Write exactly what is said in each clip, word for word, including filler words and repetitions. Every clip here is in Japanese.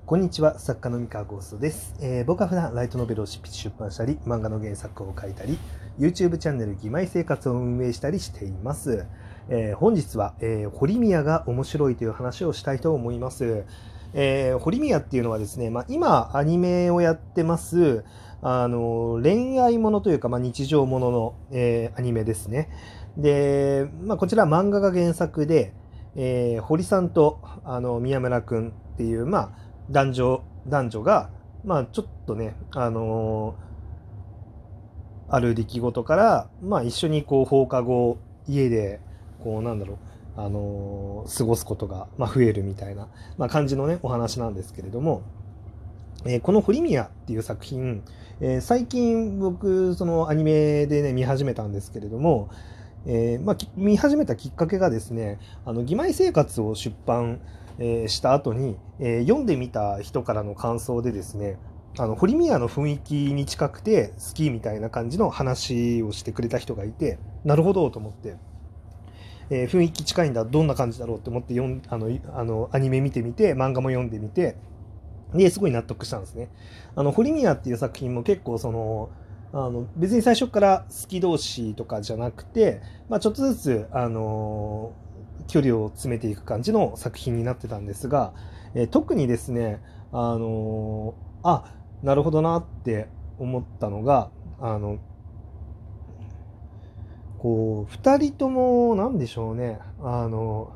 こんにちは、作家の三河ゴーストです、えー、僕は普段ライトノベルを執筆出版したり、漫画の原作を書いたり、 YouTube チャンネル義妹生活を運営したりしています。えー、本日は、えー、堀宮が面白いという話をしたいと思います。えー、堀宮っていうのはですね、まあ、今アニメをやってますあの恋愛ものというか、まあ、日常ものの、えー、アニメですね。で、まあ、こちら漫画が原作で、えー、堀さんとあの宮村くんっていう、まあ男女男女が、まあ、ちょっとね、あのーある出来事から、まあ、一緒にこう放課後家でこうなんだろう、あのー過ごすことが、まあ、増えるみたいな、まあ、感じのねお話なんですけれども、えーこの堀宮っていう作品、えー最近僕そのアニメでね見始めたんですけれども、えーまあ、見始めたきっかけがですね、あの義妹生活を出版、えーした後に、えー読んでみた人からの感想でですね、あの堀宮の雰囲気に近くて好きみたいな感じの話をしてくれた人がいて、なるほどと思って、えー雰囲気近いんだ、どんな感じだろうと思って読んあのあのアニメ見てみて、漫画も読んでみて、ですごい納得したんですね。あの堀宮っていう作品も結構そのあの別に最初から好き同士とかじゃなくて、まあ、ちょっとずつ、あの距離を詰めていく感じの作品になってたんですが、えー特にですね、あのあなるほどなって思ったのが、あのこうふたりともなんでしょうね、あの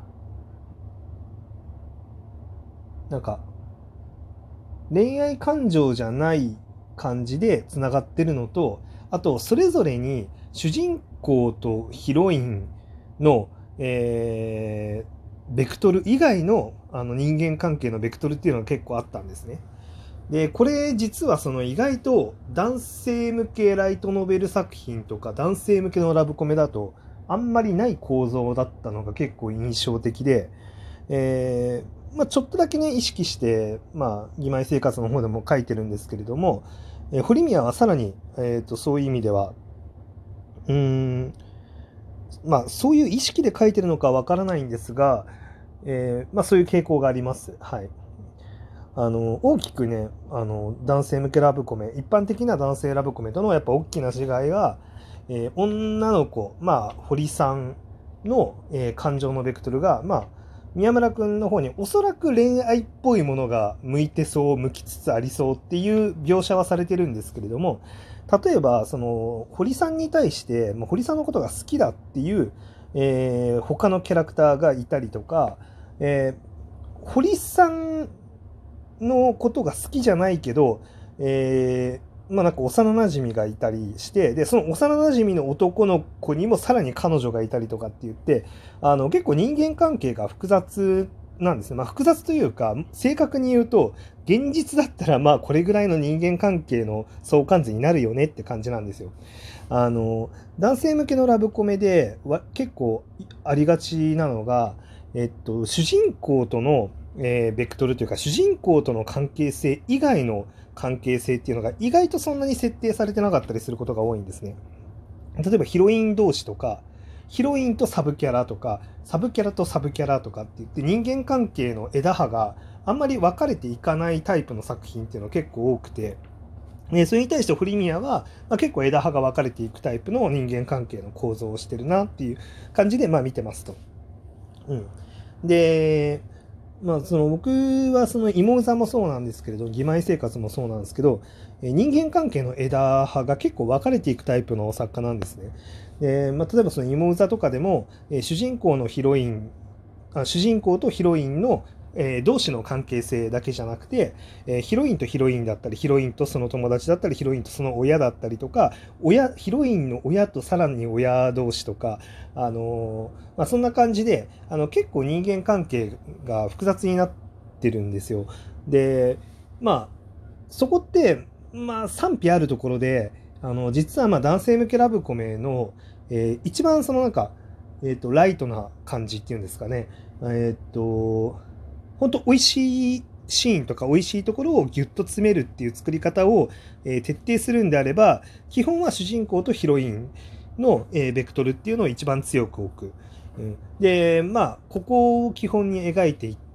なんか恋愛感情じゃない感じでつながってるのと、あとそれぞれに主人公とヒロインの、えーベクトル以外の、あの人間関係のベクトルっていうのが結構あったんですね。でこれ実はその意外と男性向けライトノベル作品とか男性向けのラブコメだとあんまりない構造だったのが結構印象的で、えーまあ、ちょっとだけね意識して、まあ、義妹生活の方でも書いてるんですけれども、えー堀宮はさらに、えーと、そういう意味ではうーん、まあ、そういう意識で書いてるのかわからないんですが、えーまあ、そういう傾向があります。はい。あの大きくね、あの男性向けラブコメ、一般的な男性ラブコメとのやっぱ大きな違いが、えー女の子、まあ、堀さんの、えー感情のベクトルが、まあ、宮村くんの方におそらく恋愛っぽいものが向いてそう、向きつつありそうっていう描写はされてるんですけれども、例えばその堀さんに対して、まあ、堀さんのことが好きだっていう、えー他のキャラクターがいたりとか、えー堀さんのことが好きじゃないけど、えーまあなんか幼馴染がいたりして、でその幼馴染の男の子にもさらに彼女がいたりとかって言って、あの結構人間関係が複雑なんですね。まあ複雑というか、正確に言うと現実だったらまあこれぐらいの人間関係の相関図になるよねって感じなんですよ。あの男性向けのラブコメでわ結構ありがちなのが、えっと、主人公との、えーベクトルというか主人公との関係性以外の関係性っていうのが意外とそんなに設定されてなかったりすることが多いんですね。例えばヒロイン同士とか、ヒロインとサブキャラとか、サブキャラとサブキャラとかって言って人間関係の枝葉があんまり分かれていかないタイプの作品っていうのが結構多くて、ね、それに対してフリミアは、まあ、結構枝葉が分かれていくタイプの人間関係の構造をしてるなっていう感じで、まあ、見てますと。うん、で、まあ、その僕はその妹座もそうなんですけれど、義妹生活もそうなんですけど、え人間関係の枝葉が結構分かれていくタイプの作家なんですね。で、まあ、例えばその妹座とかでも、え主人公のヒロインあ主人公とヒロインの、えー同士の関係性だけじゃなくて、えーヒロインとヒロインだったり、ヒロインとその友達だったり、ヒロインとその親だったりとか、親ヒロインの親とさらに親同士とか、あのーまあ、そんな感じであの結構人間関係が複雑になってるんですよ。で、まあそこって、まあ、賛否あるところで、あの実はまあ男性向けラブコメの、えー一番そのなんか、えーと、ライトな感じっていうんですかね、えっと、本当美味しいシーンとか美味しいところをギュッと詰めるっていう作り方を、えー徹底するんであれば、基本は主人公とヒロインの、えーベクトルっていうのを一番強く置く。うん、で、まあ、ここを基本に描いていって、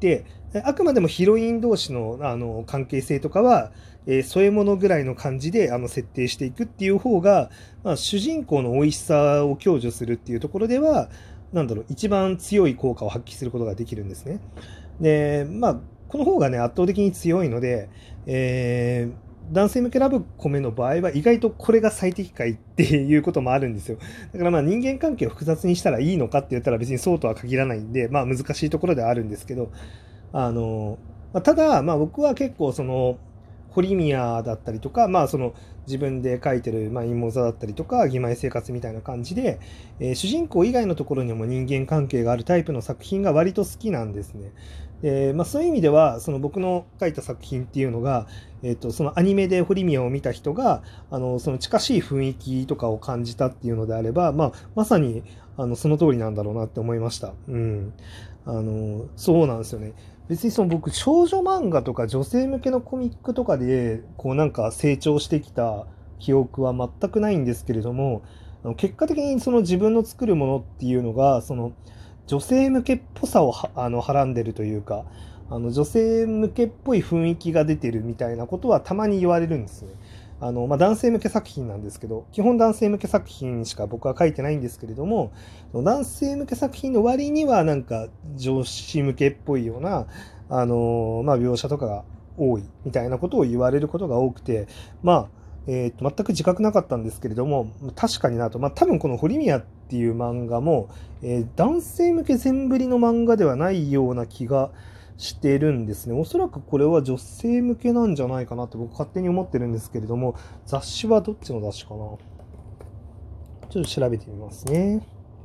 えあくまでもヒロイン同士の、あの関係性とかは、えー添え物ぐらいの感じであの設定していくっていう方が、まあ、主人公の美味しさを享受するっていうところでは、なんだろう、一番強い効果を発揮することができるんですね。で、まあ、この方がね、圧倒的に強いので、えー男性向けラブコメの場合は意外とこれが最適解っていうこともあるんですよ。だからまあ人間関係を複雑にしたらいいのかって言ったら別にそうとは限らないんで、まあ難しいところではあるんですけど、あの、まあただ、まあ僕は結構その、堀宮だったりとか、まあその自分で書いてる、まあ、陰謀座だったりとか、義妹生活みたいな感じで、えー主人公以外のところにも人間関係があるタイプの作品が割と好きなんですね。で、まあそういう意味では、その僕の書いた作品っていうのが、えっと、そのアニメで堀宮を見た人が、あの、その近しい雰囲気とかを感じたっていうのであれば、まあ、まさに、あの、その通りなんだろうなって思いました。うん。あの、そうなんですよね。別にその僕、少女漫画とか女性向けのコミックとかで、こうなんか成長してきた記憶は全くないんですけれども、あの結果的にその自分の作るものっていうのが、その女性向けっぽさをはあのはらんでるというか、あの女性向けっぽい雰囲気が出てるみたいなことはたまに言われるんですね。あの、まあ、男性向け作品なんですけど、基本男性向け作品しか僕は書いてないんですけれども、男性向け作品の割にはなんか女子向けっぽいような、あの、まあ、描写とかが多いみたいなことを言われることが多くて、まあ、えーと全く自覚なかったんですけれども、確かになと、まあ、多分この堀宮っていう漫画も、えー男性向け全振りの漫画ではないような気がしてるんですね。おそらくこれは女性向けなんじゃないかなって僕勝手に思ってるんですけれども、雑誌はどっちの雑誌かな。ちょっと調べてみますね。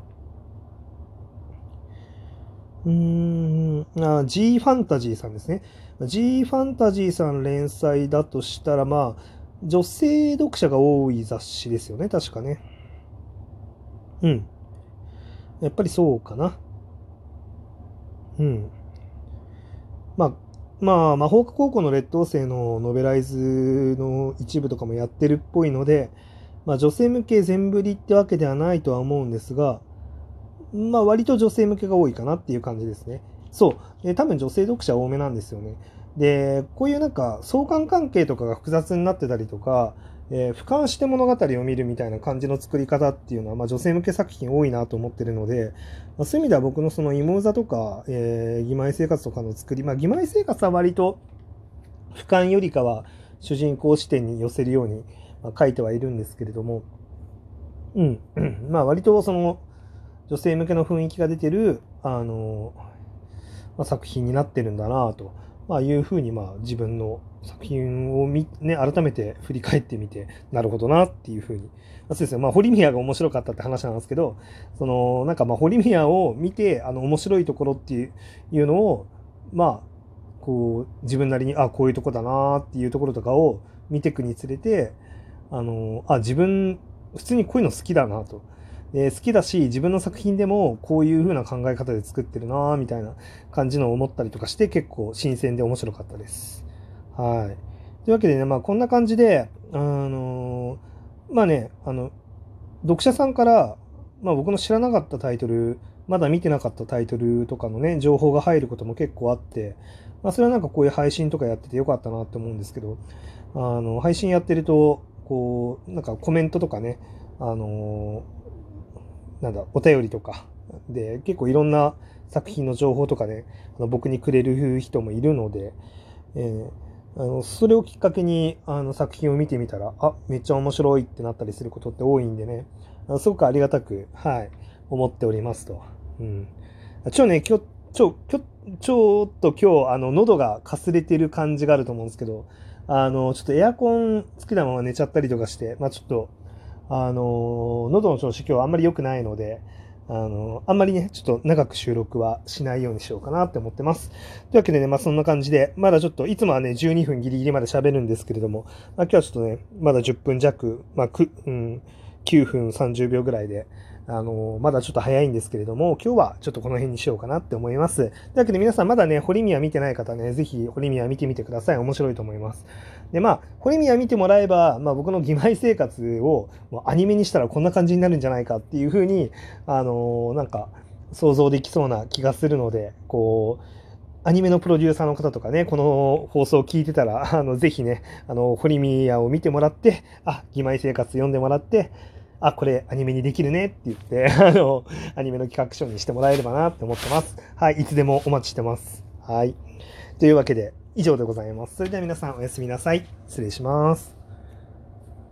うーん、あ、G ファンタジーさんですね。G ファンタジーさん連載だとしたら、まあ、女性読者が多い雑誌ですよね、確かね。うん。やっぱりそうかな。うん。まあ、まあ、魔法科高校の劣等生のノベライズの一部とかもやってるっぽいので、まあ、女性向け全振りってわけではないとは思うんですが、まあ、割と女性向けが多いかなっていう感じですね。そう。で、多分女性読者多めなんですよね。で、こういうなんか相関関係とかが複雑になってたりとか、えー俯瞰して物語を見るみたいな感じの作り方っていうのは、まあ、女性向け作品多いなと思ってるので、まあ、そういう意味では僕のその妹座とか、えー、義妹生活とかの作り、まあ、義妹生活は割と俯瞰よりかは主人公視点に寄せるように、まあ、書いてはいるんですけれども、うん、まあ割とその女性向けの雰囲気が出てる、あの、まあ、作品になってるんだなと、まあ、いうふうに、まあ、自分の作品を見、ね、改めて振り返ってみて、なるほどなっていうふうに。まあ、そうですね。まあ、堀宮が面白かったって話なんですけど、その、なんか、まあ、堀宮を見て、あの、面白いところっていういうのを、まあ、こう、自分なりに、あ、こういうとこだなっていうところとかを見ていくにつれて、あの、あ、自分、普通にこういうの好きだなと。で好きだし、自分の作品でもこういう風な考え方で作ってるなみたいな感じのを思ったりとかして、結構新鮮で面白かったです。はい。というわけでね、まあこんな感じで、あのまあね、あの、読者さんから、まあ僕の知らなかったタイトル、まだ見てなかったタイトルとかのね、情報が入ることも結構あって、まあそれはなんかこういう配信とかやっててよかったなって思うんですけど、あの、配信やってると、こう、なんかコメントとかね、あのなんだ、お便りとかで、結構いろんな作品の情報とかね、あの僕にくれる人もいるので、えーあのそれをきっかけにあの作品を見てみたら、あ、めっちゃ面白いってなったりすることって多いんでね、あのすごくありがたく、はい、思っておりますと。うん。ちょ、ね、今日、ちょ、ちょ、ちょっと今日、あの、喉がかすれてる感じがあると思うんですけど、あの、ちょっとエアコンつけたまま寝ちゃったりとかして、まあちょっと、あの、喉の調子今日あんまり良くないので、あの、あんまりね、ちょっと長く収録はしないようにしようかなって思ってます。というわけでね、まあそんな感じで、まだちょっと、いつもはね、じゅうにふんギリギリまで喋るんですけれども、まあ今日はちょっとね、まだじゅっぷん弱、まあく、うん、きゅうふんさんじゅうびょうぐらいで、あの、まだちょっと早いんですけれども、今日はちょっとこの辺にしようかなって思います。というわけで皆さんまだね、堀宮見てない方ね、ぜひ堀宮見てみてください。面白いと思います。で、まあ、堀宮見てもらえば、まあ僕の義妹生活をもうアニメにしたらこんな感じになるんじゃないかっていうふうに、あの、なんか想像できそうな気がするので、こう、 アニメのプロデューサーの方とかね、この放送を聞いてたら、あの、ぜひね、あの、ホリミヤを見てもらって、あ、義妹生活読んでもらって、あ、これアニメにできるねって言って、あの、アニメの企画書にしてもらえればなって思ってます。はい、いつでもお待ちしてます。はい。というわけで、以上でございます。それでは皆さんおやすみなさい。失礼します。